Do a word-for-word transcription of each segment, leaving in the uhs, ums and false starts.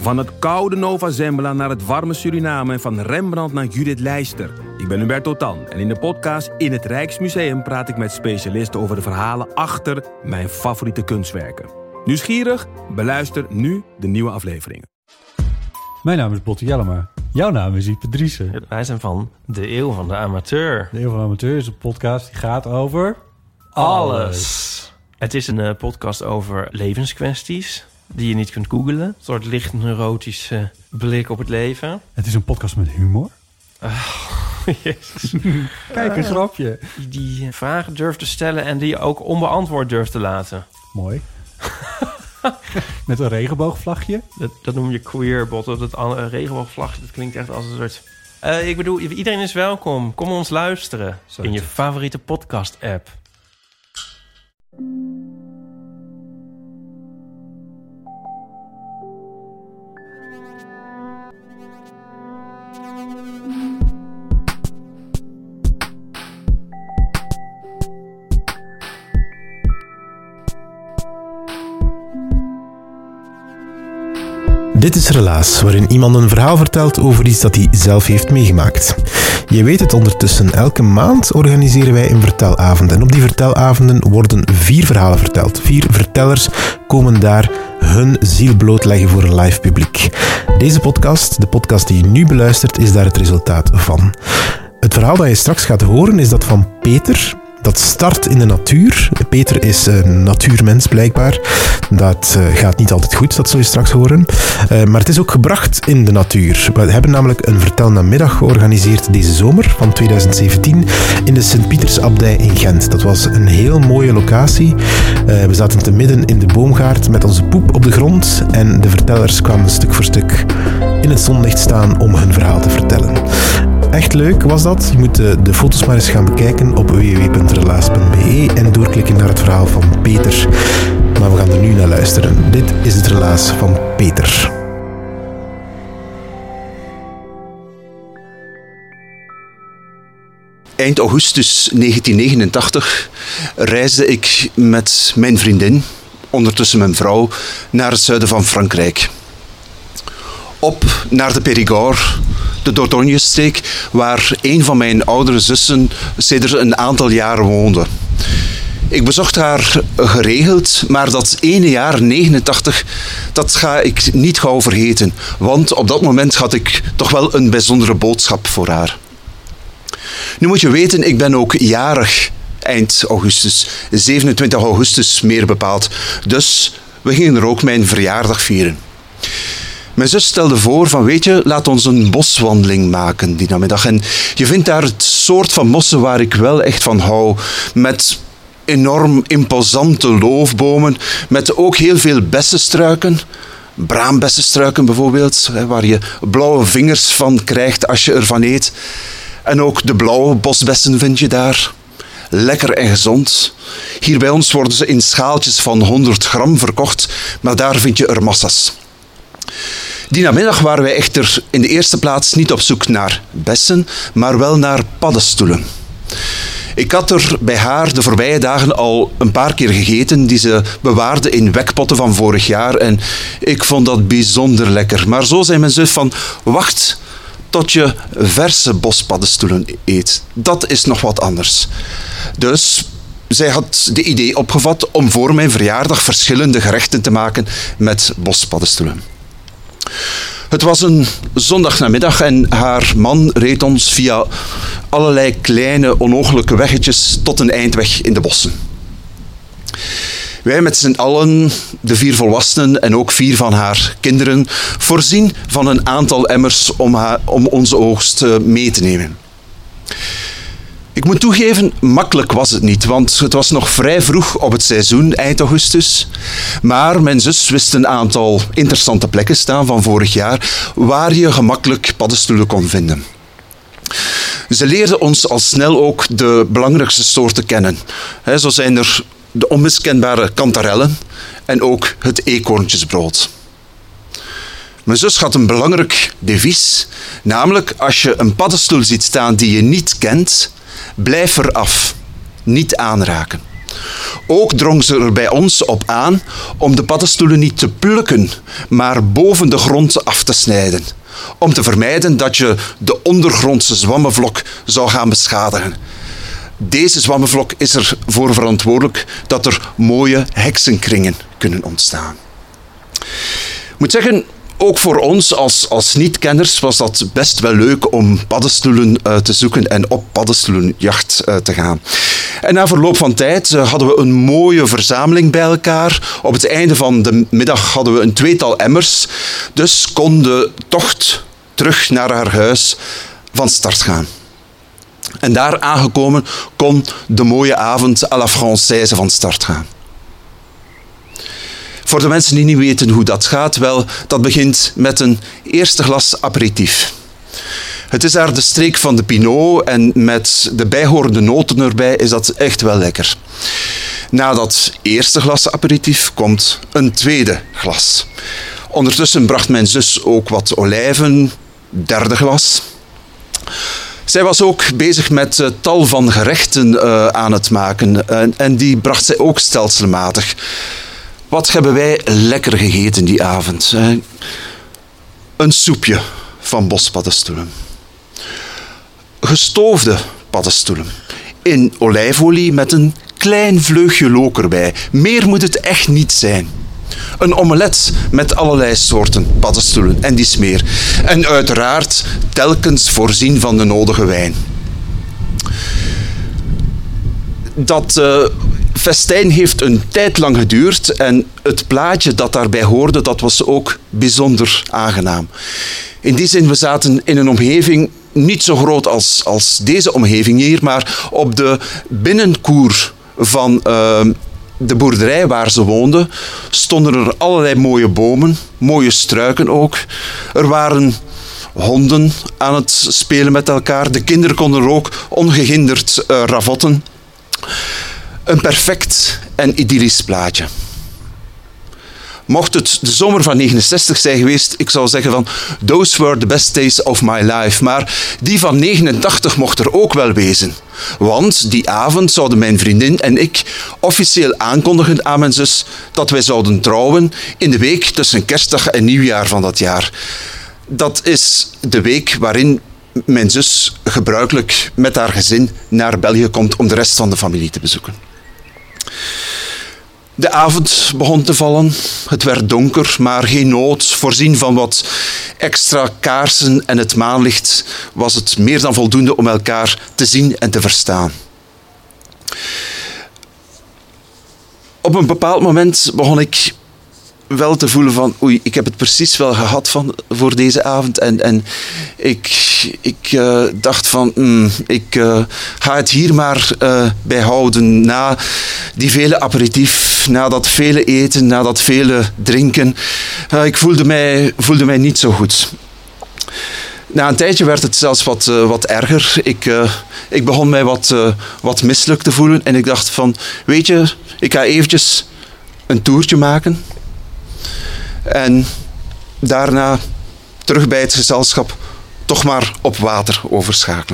Van het koude Nova Zembla naar het warme Suriname en van Rembrandt naar Judith Leister. Ik ben Hubert Totan en in de podcast In het Rijksmuseum praat ik met specialisten over de verhalen achter mijn favoriete kunstwerken. Nieuwsgierig? Beluister nu de nieuwe afleveringen. Mijn naam is Botte Jellema. Jouw naam is Ipe Driessen. Wij zijn van De Eeuw van de Amateur. De Eeuw van de Amateur is een podcast die gaat over... Alles. alles. Het is een uh, podcast over levenskwesties die je niet kunt googlen. Een soort licht neurotische blik op het leven. Het is een podcast met humor. Oh, jezus. Kijk, een grapje. Die, die vragen durft te stellen en die je ook onbeantwoord durft te laten. Mooi. Met een regenboogvlagje. Dat, dat noem je queer, Botte. Dat uh, regenboogvlagje, dat klinkt echt als een soort... Uh, ik bedoel, iedereen is welkom. Kom ons luisteren. Zo in je favoriete podcast-app. Dit is Relaas, waarin iemand een verhaal vertelt over iets dat hij zelf heeft meegemaakt. Je weet het ondertussen, elke maand organiseren wij een vertelavond. En op die vertelavonden worden vier verhalen verteld. Vier vertellers komen daar hun ziel blootleggen voor een live publiek. Deze podcast, de podcast die je nu beluistert, is daar het resultaat van. Het verhaal dat je straks gaat horen is dat van Peter... Dat start in de natuur. Peter is een natuurmens blijkbaar. Dat uh, gaat niet altijd goed, dat zul je straks horen. Uh, maar het is ook gebracht in de natuur. We hebben namelijk een vertelnamiddag georganiseerd deze zomer van twintig zeventien in de Sint-Pietersabdij in Gent. Dat was een heel mooie locatie. Uh, we zaten te midden in de boomgaard met onze poep op de grond en de vertellers kwamen stuk voor stuk in het zonlicht staan om hun verhaal te vertellen. Echt leuk was dat. Je moet de, de foto's maar eens gaan bekijken op w w w punt relaas punt b e en doorklikken naar het verhaal van Peter. Maar we gaan er nu naar luisteren. Dit is het relaas van Peter. Eind augustus negentien negenentachtig reisde ik met mijn vriendin, ondertussen mijn vrouw, naar het zuiden van Frankrijk. Op naar de Périgord, de Dordogne-streek, waar een van mijn oudere zussen sedert een aantal jaren woonde. Ik bezocht haar geregeld, maar dat ene jaar, negenentachtig, dat ga ik niet gauw vergeten. Want op dat moment had ik toch wel een bijzondere boodschap voor haar. Nu moet je weten, ik ben ook jarig eind augustus, zevenentwintig augustus meer bepaald. Dus we gingen er ook mijn verjaardag vieren. Mijn zus stelde voor van, weet je, laat ons een boswandeling maken die namiddag. En je vindt daar het soort van bossen waar ik wel echt van hou. Met enorm imposante loofbomen. Met ook heel veel bessenstruiken. Braambessenstruiken bijvoorbeeld. Waar je blauwe vingers van krijgt als je ervan eet. En ook de blauwe bosbessen vind je daar. Lekker en gezond. Hier bij ons worden ze in schaaltjes van honderd gram verkocht. Maar daar vind je er massa's. Die namiddag waren wij echter in de eerste plaats niet op zoek naar bessen, maar wel naar paddenstoelen. Ik had er bij haar de voorbije dagen al een paar keer gegeten, die ze bewaarde in wekpotten van vorig jaar. En ik vond dat bijzonder lekker. Maar zo zei mijn zus van, wacht tot je verse bospaddenstoelen eet. Dat is nog wat anders. Dus zij had de idee opgevat om voor mijn verjaardag verschillende gerechten te maken met bospaddenstoelen. Het was een zondagnamiddag en haar man reed ons via allerlei kleine, onogelijke weggetjes tot een eindweg in de bossen. Wij met z'n allen, de vier volwassenen en ook vier van haar kinderen, voorzien van een aantal emmers om, haar, om onze oogst mee te nemen. Ik moet toegeven, makkelijk was het niet, want het was nog vrij vroeg op het seizoen, eind augustus. Maar mijn zus wist een aantal interessante plekken staan van vorig jaar, waar je gemakkelijk paddenstoelen kon vinden. Ze leerde ons al snel ook de belangrijkste soorten kennen. He, zo zijn er de onmiskenbare kantarellen en ook het eekhoorntjesbrood. Mijn zus had een belangrijk devies, namelijk als je een paddenstoel ziet staan die je niet kent, blijf er af, niet aanraken. Ook drong ze er bij ons op aan om de paddenstoelen niet te plukken, maar boven de grond af te snijden. Om te vermijden dat je de ondergrondse zwammenvlok zou gaan beschadigen. Deze zwammenvlok is ervoor verantwoordelijk dat er mooie heksenkringen kunnen ontstaan. Ik moet zeggen, ook voor ons als, als niet-kenners was dat best wel leuk om paddenstoelen uh, te zoeken en op paddenstoelenjacht uh, te gaan. En na verloop van tijd uh, hadden we een mooie verzameling bij elkaar. Op het einde van de middag hadden we een tweetal emmers. Dus kon de tocht terug naar haar huis van start gaan. En daar aangekomen kon de mooie avond à la Française van start gaan. Voor de mensen die niet weten hoe dat gaat, wel, dat begint met een eerste glas aperitief. Het is daar de streek van de Pinot en met de bijhorende noten erbij is dat echt wel lekker. Na dat eerste glas aperitief komt een tweede glas. Ondertussen bracht mijn zus ook wat olijven, derde glas. Zij was ook bezig met uh, tal van gerechten uh, aan het maken uh, en die bracht zij ook stelselmatig. Wat hebben wij lekker gegeten die avond? Uh, een soepje van bospaddenstoelen. Gestoofde paddenstoelen. In olijfolie met een klein vleugje look erbij. Meer moet het echt niet zijn. Een omelet met allerlei soorten paddenstoelen en dies meer. En uiteraard telkens voorzien van de nodige wijn. Dat uh, festijn heeft een tijd lang geduurd en het plaatje dat daarbij hoorde, dat was ook bijzonder aangenaam. In die zin, we zaten in een omgeving niet zo groot als, als deze omgeving hier, maar op de binnenkoer van uh, de boerderij waar ze woonden, stonden er allerlei mooie bomen, mooie struiken ook. Er waren honden aan het spelen met elkaar. De kinderen konden er ook ongehinderd uh, ravotten. Een perfect en idyllisch plaatje. Mocht het de zomer van negenenzestig zijn geweest, ik zou zeggen van those were the best days of my life. Maar die van negenentachtig mocht er ook wel wezen. Want die avond zouden mijn vriendin en ik officieel aankondigen aan mijn zus dat wij zouden trouwen in de week tussen kerstdag en nieuwjaar van dat jaar. Dat is de week waarin mijn zus gebruikelijk met haar gezin naar België komt om de rest van de familie te bezoeken. De avond begon te vallen. Het werd donker, maar geen nood. Voorzien van wat extra kaarsen en het maanlicht was het meer dan voldoende om elkaar te zien en te verstaan. Op een bepaald moment begon ik wel te voelen van oei, ik heb het precies wel gehad van, voor deze avond. En, en ik, ik uh, dacht van, mm, ik uh, ga het hier maar uh, bij houden. Na die vele aperitief, na dat vele eten, na dat vele drinken. Uh, ik voelde mij, voelde mij niet zo goed. Na een tijdje werd het zelfs wat, uh, wat erger. Ik, uh, ik begon mij wat, uh, wat misselijk te voelen. En ik dacht van, weet je, ik ga eventjes een toertje maken. En daarna terug bij het gezelschap toch maar op water overschakelen.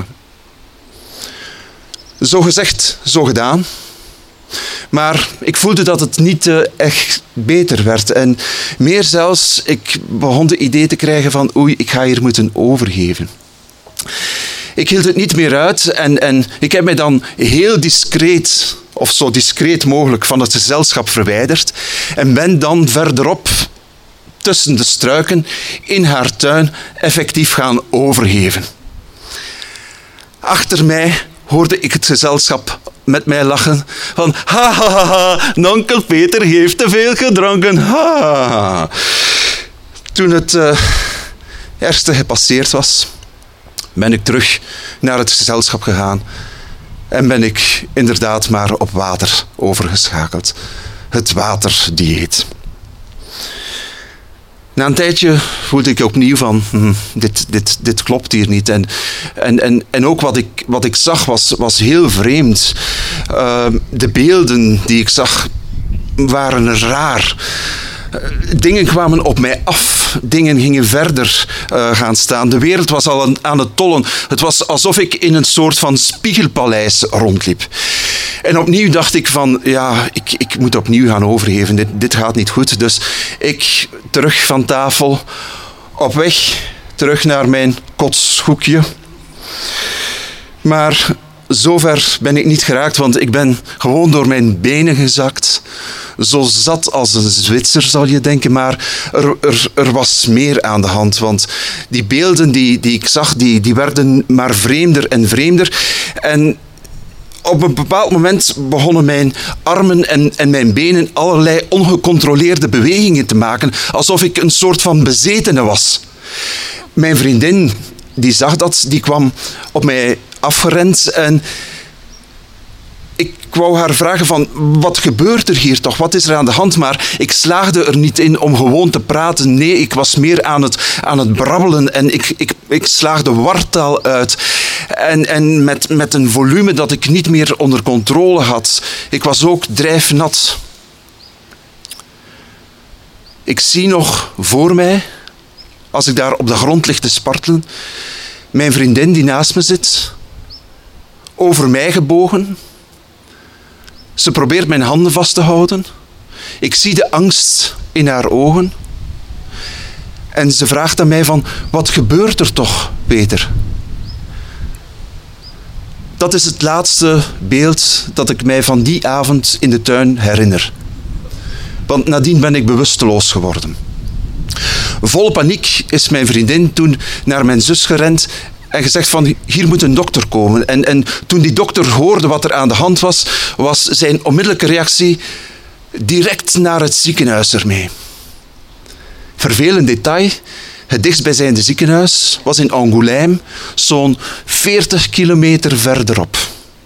Zo gezegd, zo gedaan. Maar ik voelde dat het niet uh, echt beter werd. En meer zelfs, ik begon de idee te krijgen van oei, ik ga hier moeten overgeven. Ik hield het niet meer uit en, en ik heb mij dan heel discreet, of zo discreet mogelijk, van het gezelschap verwijderd. En ben dan verderop, tussen de struiken, in haar tuin, effectief gaan overgeven. Achter mij hoorde ik het gezelschap met mij lachen van ha ha ha, ha nonkel Peter heeft te veel gedronken. Ha. Toen het uh, ergste gepasseerd was, ben ik terug naar het gezelschap gegaan en ben ik inderdaad maar op water overgeschakeld. Het waterdieet. Na een tijdje voelde ik opnieuw van, hm, dit, dit, dit klopt hier niet. En, en, en, en ook wat ik, wat ik zag was, was heel vreemd. Uh, de beelden die ik zag waren raar. Dingen kwamen op mij af. Dingen gingen verder uh, gaan staan. De wereld was al aan, aan het tollen. Het was alsof ik in een soort van spiegelpaleis rondliep. En opnieuw dacht ik van, ja, ik, ik moet opnieuw gaan overgeven. Dit, dit gaat niet goed. Dus ik terug van tafel, op weg, terug naar mijn kotshoekje. Maar zover ben ik niet geraakt, want ik ben gewoon door mijn benen gezakt. Zo zat als een Zwitser, zal je denken. Maar er, er, er was meer aan de hand. Want die beelden die, die ik zag, die, die werden maar vreemder en vreemder. En op een bepaald moment begonnen mijn armen en, en mijn benen allerlei ongecontroleerde bewegingen te maken. Alsof ik een soort van bezetene was. Mijn vriendin, die zag dat, die kwam op mij afgerend en ik wou haar vragen van, wat gebeurt er hier toch? Wat is er aan de hand? Maar ik slaagde er niet in om gewoon te praten. Nee, ik was meer aan het, aan het brabbelen en ik, ik, ik slaagde wartaal uit. En, en met, met een volume dat ik niet meer onder controle had. Ik was ook drijfnat. Ik zie nog voor mij, als ik daar op de grond lig te spartelen, mijn vriendin die naast me zit, over mij gebogen. Ze probeert mijn handen vast te houden. Ik zie de angst in haar ogen. En ze vraagt aan mij van, wat gebeurt er toch, Peter? Dat is het laatste beeld dat ik mij van die avond in de tuin herinner. Want nadien ben ik bewusteloos geworden. Vol paniek is mijn vriendin toen naar mijn zus gerend en gezegd van, hier moet een dokter komen. En, en toen die dokter hoorde wat er aan de hand was, was zijn onmiddellijke reactie direct naar het ziekenhuis ermee. Vervelend detail, het dichtstbijzijnde ziekenhuis was in Angoulême, zo'n veertig kilometer verderop.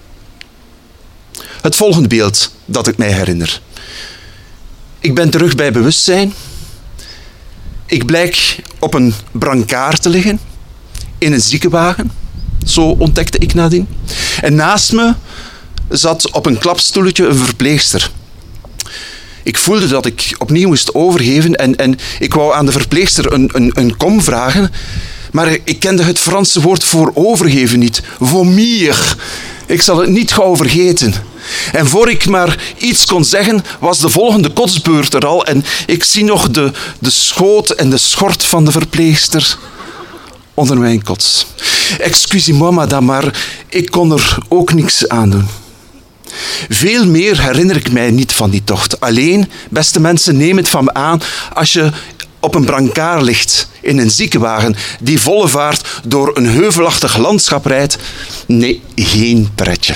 Het volgende beeld dat ik mij herinner. Ik ben terug bij bewustzijn. Ik blijk op een brancard te liggen, in een ziekenwagen. Zo ontdekte ik nadien. En naast me zat op een klapstoeltje een verpleegster. Ik voelde dat ik opnieuw moest overgeven en, en ik wou aan de verpleegster een, een, een kom vragen, maar ik kende het Franse woord voor overgeven niet. Vomir. Ik zal het niet gauw vergeten. En voor ik maar iets kon zeggen, was de volgende kotsbeurt er al en ik zie nog de, de schoot en de schort van de verpleegster onder mijn kots. Excusez-moi, madame, maar ik kon er ook niks aan doen. Veel meer herinner ik mij niet van die tocht. Alleen, beste mensen, neem het van me aan, als je op een brancard ligt in een ziekenwagen die volle vaart door een heuvelachtig landschap rijdt. Nee, geen pretje.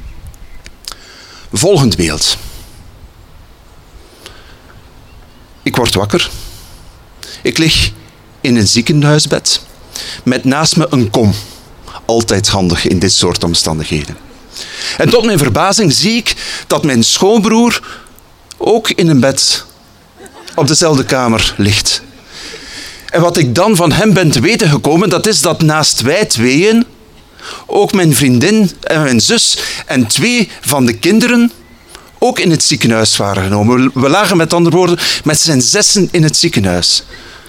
Volgend beeld. Ik word wakker. Ik lig in een ziekenhuisbed met naast me een kom. Altijd handig in dit soort omstandigheden. En tot mijn verbazing zie ik dat mijn schoonbroer ook in een bed op dezelfde kamer ligt. En wat ik dan van hem ben te weten gekomen, dat is dat naast wij tweeën ook mijn vriendin en mijn zus en twee van de kinderen ook in het ziekenhuis waren genomen. We lagen met andere woorden met z'n zessen in het ziekenhuis.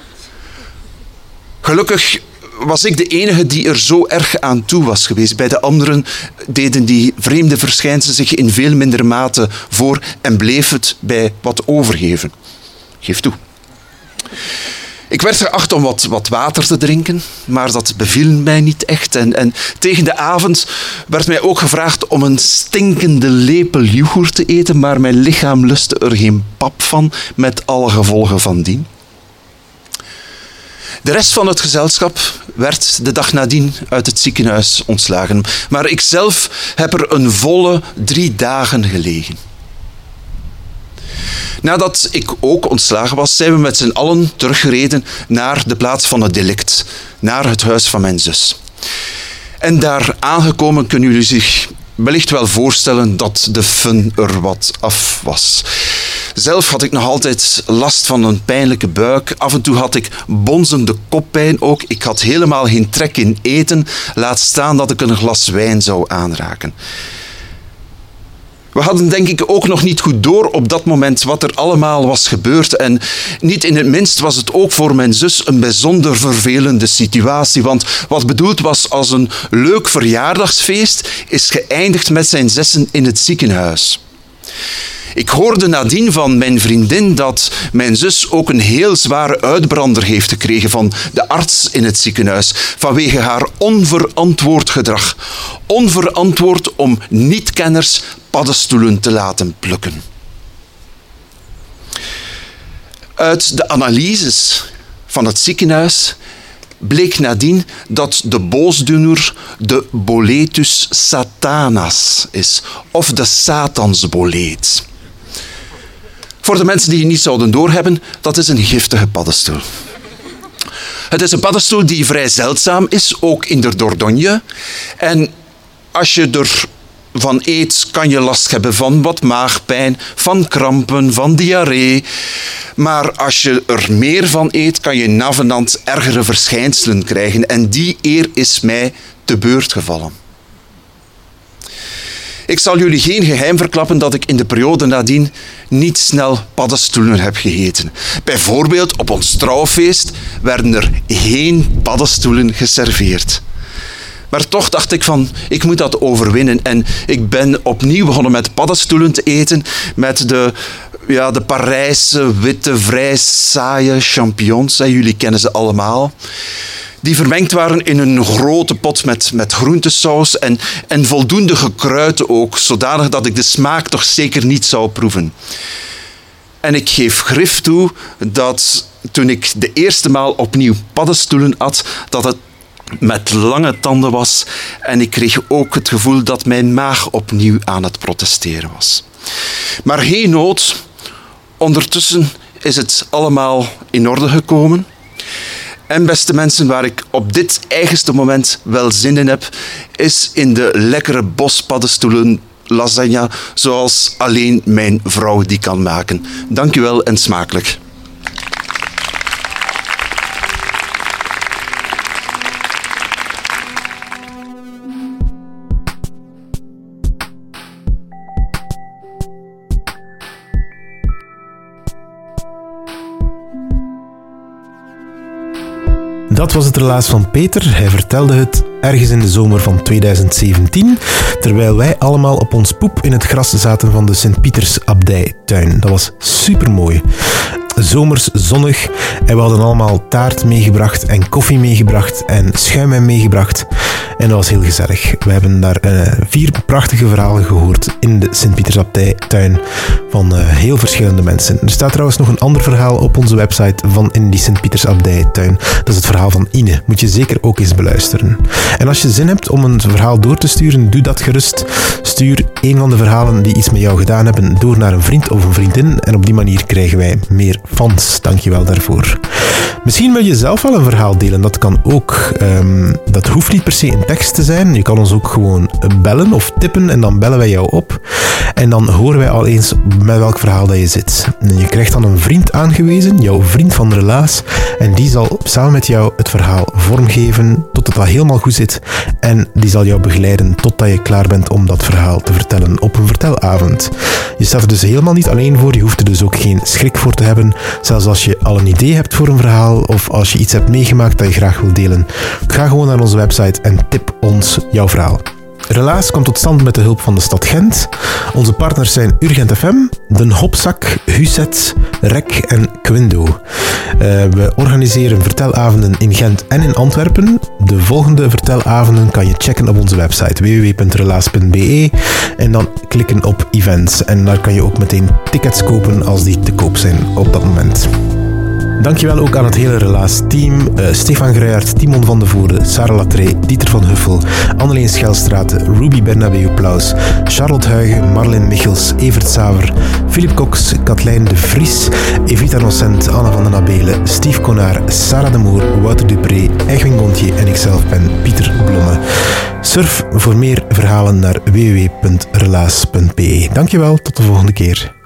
Gelukkig was ik de enige die er zo erg aan toe was geweest. Bij de anderen deden die vreemde verschijnselen zich in veel minder mate voor en bleef het bij wat overgeven. Geef toe. Ik werd geacht om wat, wat water te drinken, maar dat beviel mij niet echt. En, en tegen de avond werd mij ook gevraagd om een stinkende lepel yoghurt te eten, maar mijn lichaam lustte er geen pap van, met alle gevolgen van dien. De rest van het gezelschap werd de dag nadien uit het ziekenhuis ontslagen. Maar ik zelf heb er een volle drie dagen gelegen. Nadat ik ook ontslagen was, zijn we met z'n allen teruggereden naar de plaats van het delict, naar het huis van mijn zus. En daar aangekomen kunnen jullie zich wellicht wel voorstellen dat de fun er wat af was. Zelf had ik nog altijd last van een pijnlijke buik. Af en toe had ik bonzende koppijn ook. Ik had helemaal geen trek in eten. Laat staan dat ik een glas wijn zou aanraken. We hadden denk ik ook nog niet goed door op dat moment wat er allemaal was gebeurd. En niet in het minst was het ook voor mijn zus een bijzonder vervelende situatie. Want wat bedoeld was als een leuk verjaardagsfeest is geëindigd met zijn zessen in het ziekenhuis. Ik hoorde nadien van mijn vriendin dat mijn zus ook een heel zware uitbrander heeft gekregen van de arts in het ziekenhuis vanwege haar onverantwoord gedrag. Onverantwoord om niet-kenners paddenstoelen te laten plukken. Uit de analyses van het ziekenhuis bleek nadien dat de boosdoener de Boletus satanas is, of de satansboleet. Voor de mensen die het niet zouden doorhebben, dat is een giftige paddenstoel. Het is een paddenstoel die vrij zeldzaam is, ook in de Dordogne. En als je ervan eet, kan je last hebben van wat maagpijn, van krampen, van diarree. Maar als je er meer van eet, kan je navenant ergere verschijnselen krijgen. En die eer is mij te beurt gevallen. Ik zal jullie geen geheim verklappen dat ik in de periode nadien niet snel paddenstoelen heb gegeten. Bijvoorbeeld op ons trouwfeest werden er geen paddenstoelen geserveerd. Maar toch dacht ik van, ik moet dat overwinnen. En ik ben opnieuw begonnen met paddenstoelen te eten. Met de, ja, de Parijse, witte, vrij saaie champignons. Jullie kennen ze allemaal. Die vermengd waren in een grote pot met, met groentesaus en, en voldoende gekruid ook, zodanig dat ik de smaak toch zeker niet zou proeven. En ik geef grif toe dat toen ik de eerste maal opnieuw paddenstoelen at, dat het met lange tanden was en ik kreeg ook het gevoel dat mijn maag opnieuw aan het protesteren was. Maar geen nood, ondertussen is het allemaal in orde gekomen. En beste mensen, waar ik op dit eigenste moment wel zin in heb, is in de lekkere bospaddenstoelen lasagne, zoals alleen mijn vrouw die kan maken. Dank u wel en smakelijk. Dat was het relaas van Peter. Hij vertelde het ergens in de zomer van tweeduizend zeventien, terwijl wij allemaal op ons poep in het gras zaten van de Sint-Pieters-abdijtuin. Dat was supermooi. Zomers, zonnig, en we hadden allemaal taart meegebracht en koffie meegebracht en schuim meegebracht. En dat was heel gezellig. We hebben daar uh, vier prachtige verhalen gehoord in de Sint-Pieters-abdijtuin van uh, heel verschillende mensen. Er staat trouwens nog een ander verhaal op onze website van in die Sint-Pieters-abdijtuin. Dat is het verhaal van Ine. Moet je zeker ook eens beluisteren. En als je zin hebt om een verhaal door te sturen, doe dat gerust. Stuur een van de verhalen die iets met jou gedaan hebben door naar een vriend of een vriendin en op die manier krijgen wij meer fans. Dankjewel daarvoor. Misschien wil je zelf wel een verhaal delen. Dat kan ook. Um, dat hoeft niet per se in tekst te zijn. Je kan ons ook gewoon bellen of tippen en dan bellen wij jou op. En dan horen wij al eens met welk verhaal dat je zit. En je krijgt dan een vriend aangewezen, jouw vriend van de relaas. En die zal samen met jou het verhaal vormgeven totdat dat helemaal goed zit. En die zal jou begeleiden totdat je klaar bent om dat verhaal te vertellen op een vertelavond. Je staat er dus helemaal niet alleen voor. Je hoeft er dus ook geen schrik voor te hebben. Zelfs als je al een idee hebt voor een verhaal of als je iets hebt meegemaakt dat je graag wil delen. Ga gewoon naar onze website en tip ons jouw verhaal. Relaas komt tot stand met de hulp van de stad Gent. Onze partners zijn Urgent F M, Den Hopzak, Huset, Rek en Quindo. Uh, we organiseren vertelavonden in Gent en in Antwerpen. De volgende vertelavonden kan je checken op onze website w w w punt relaas punt b e en dan klikken op events. En daar kan je ook meteen tickets kopen als die te koop zijn op dat moment. Dankjewel ook aan het hele Relaas-team. Uh, Stefan Gruijert, Timon van de Voorde, Sarah Latree, Dieter van Huffel, Anneleen Schelstraat, Ruby Bernabeu Plaus, Charlotte Huigen, Marlene Michels, Evert Saver, Philip Cox, Katlijn de Vries, Evita Nocent, Anna van den Abelen, Steve Konaar, Sarah de Moor, Wouter Dupré, Egwin Gontje en ikzelf ben Pieter Blomme. Surf voor meer verhalen naar w w w punt relaas punt b e. Dankjewel, tot de volgende keer.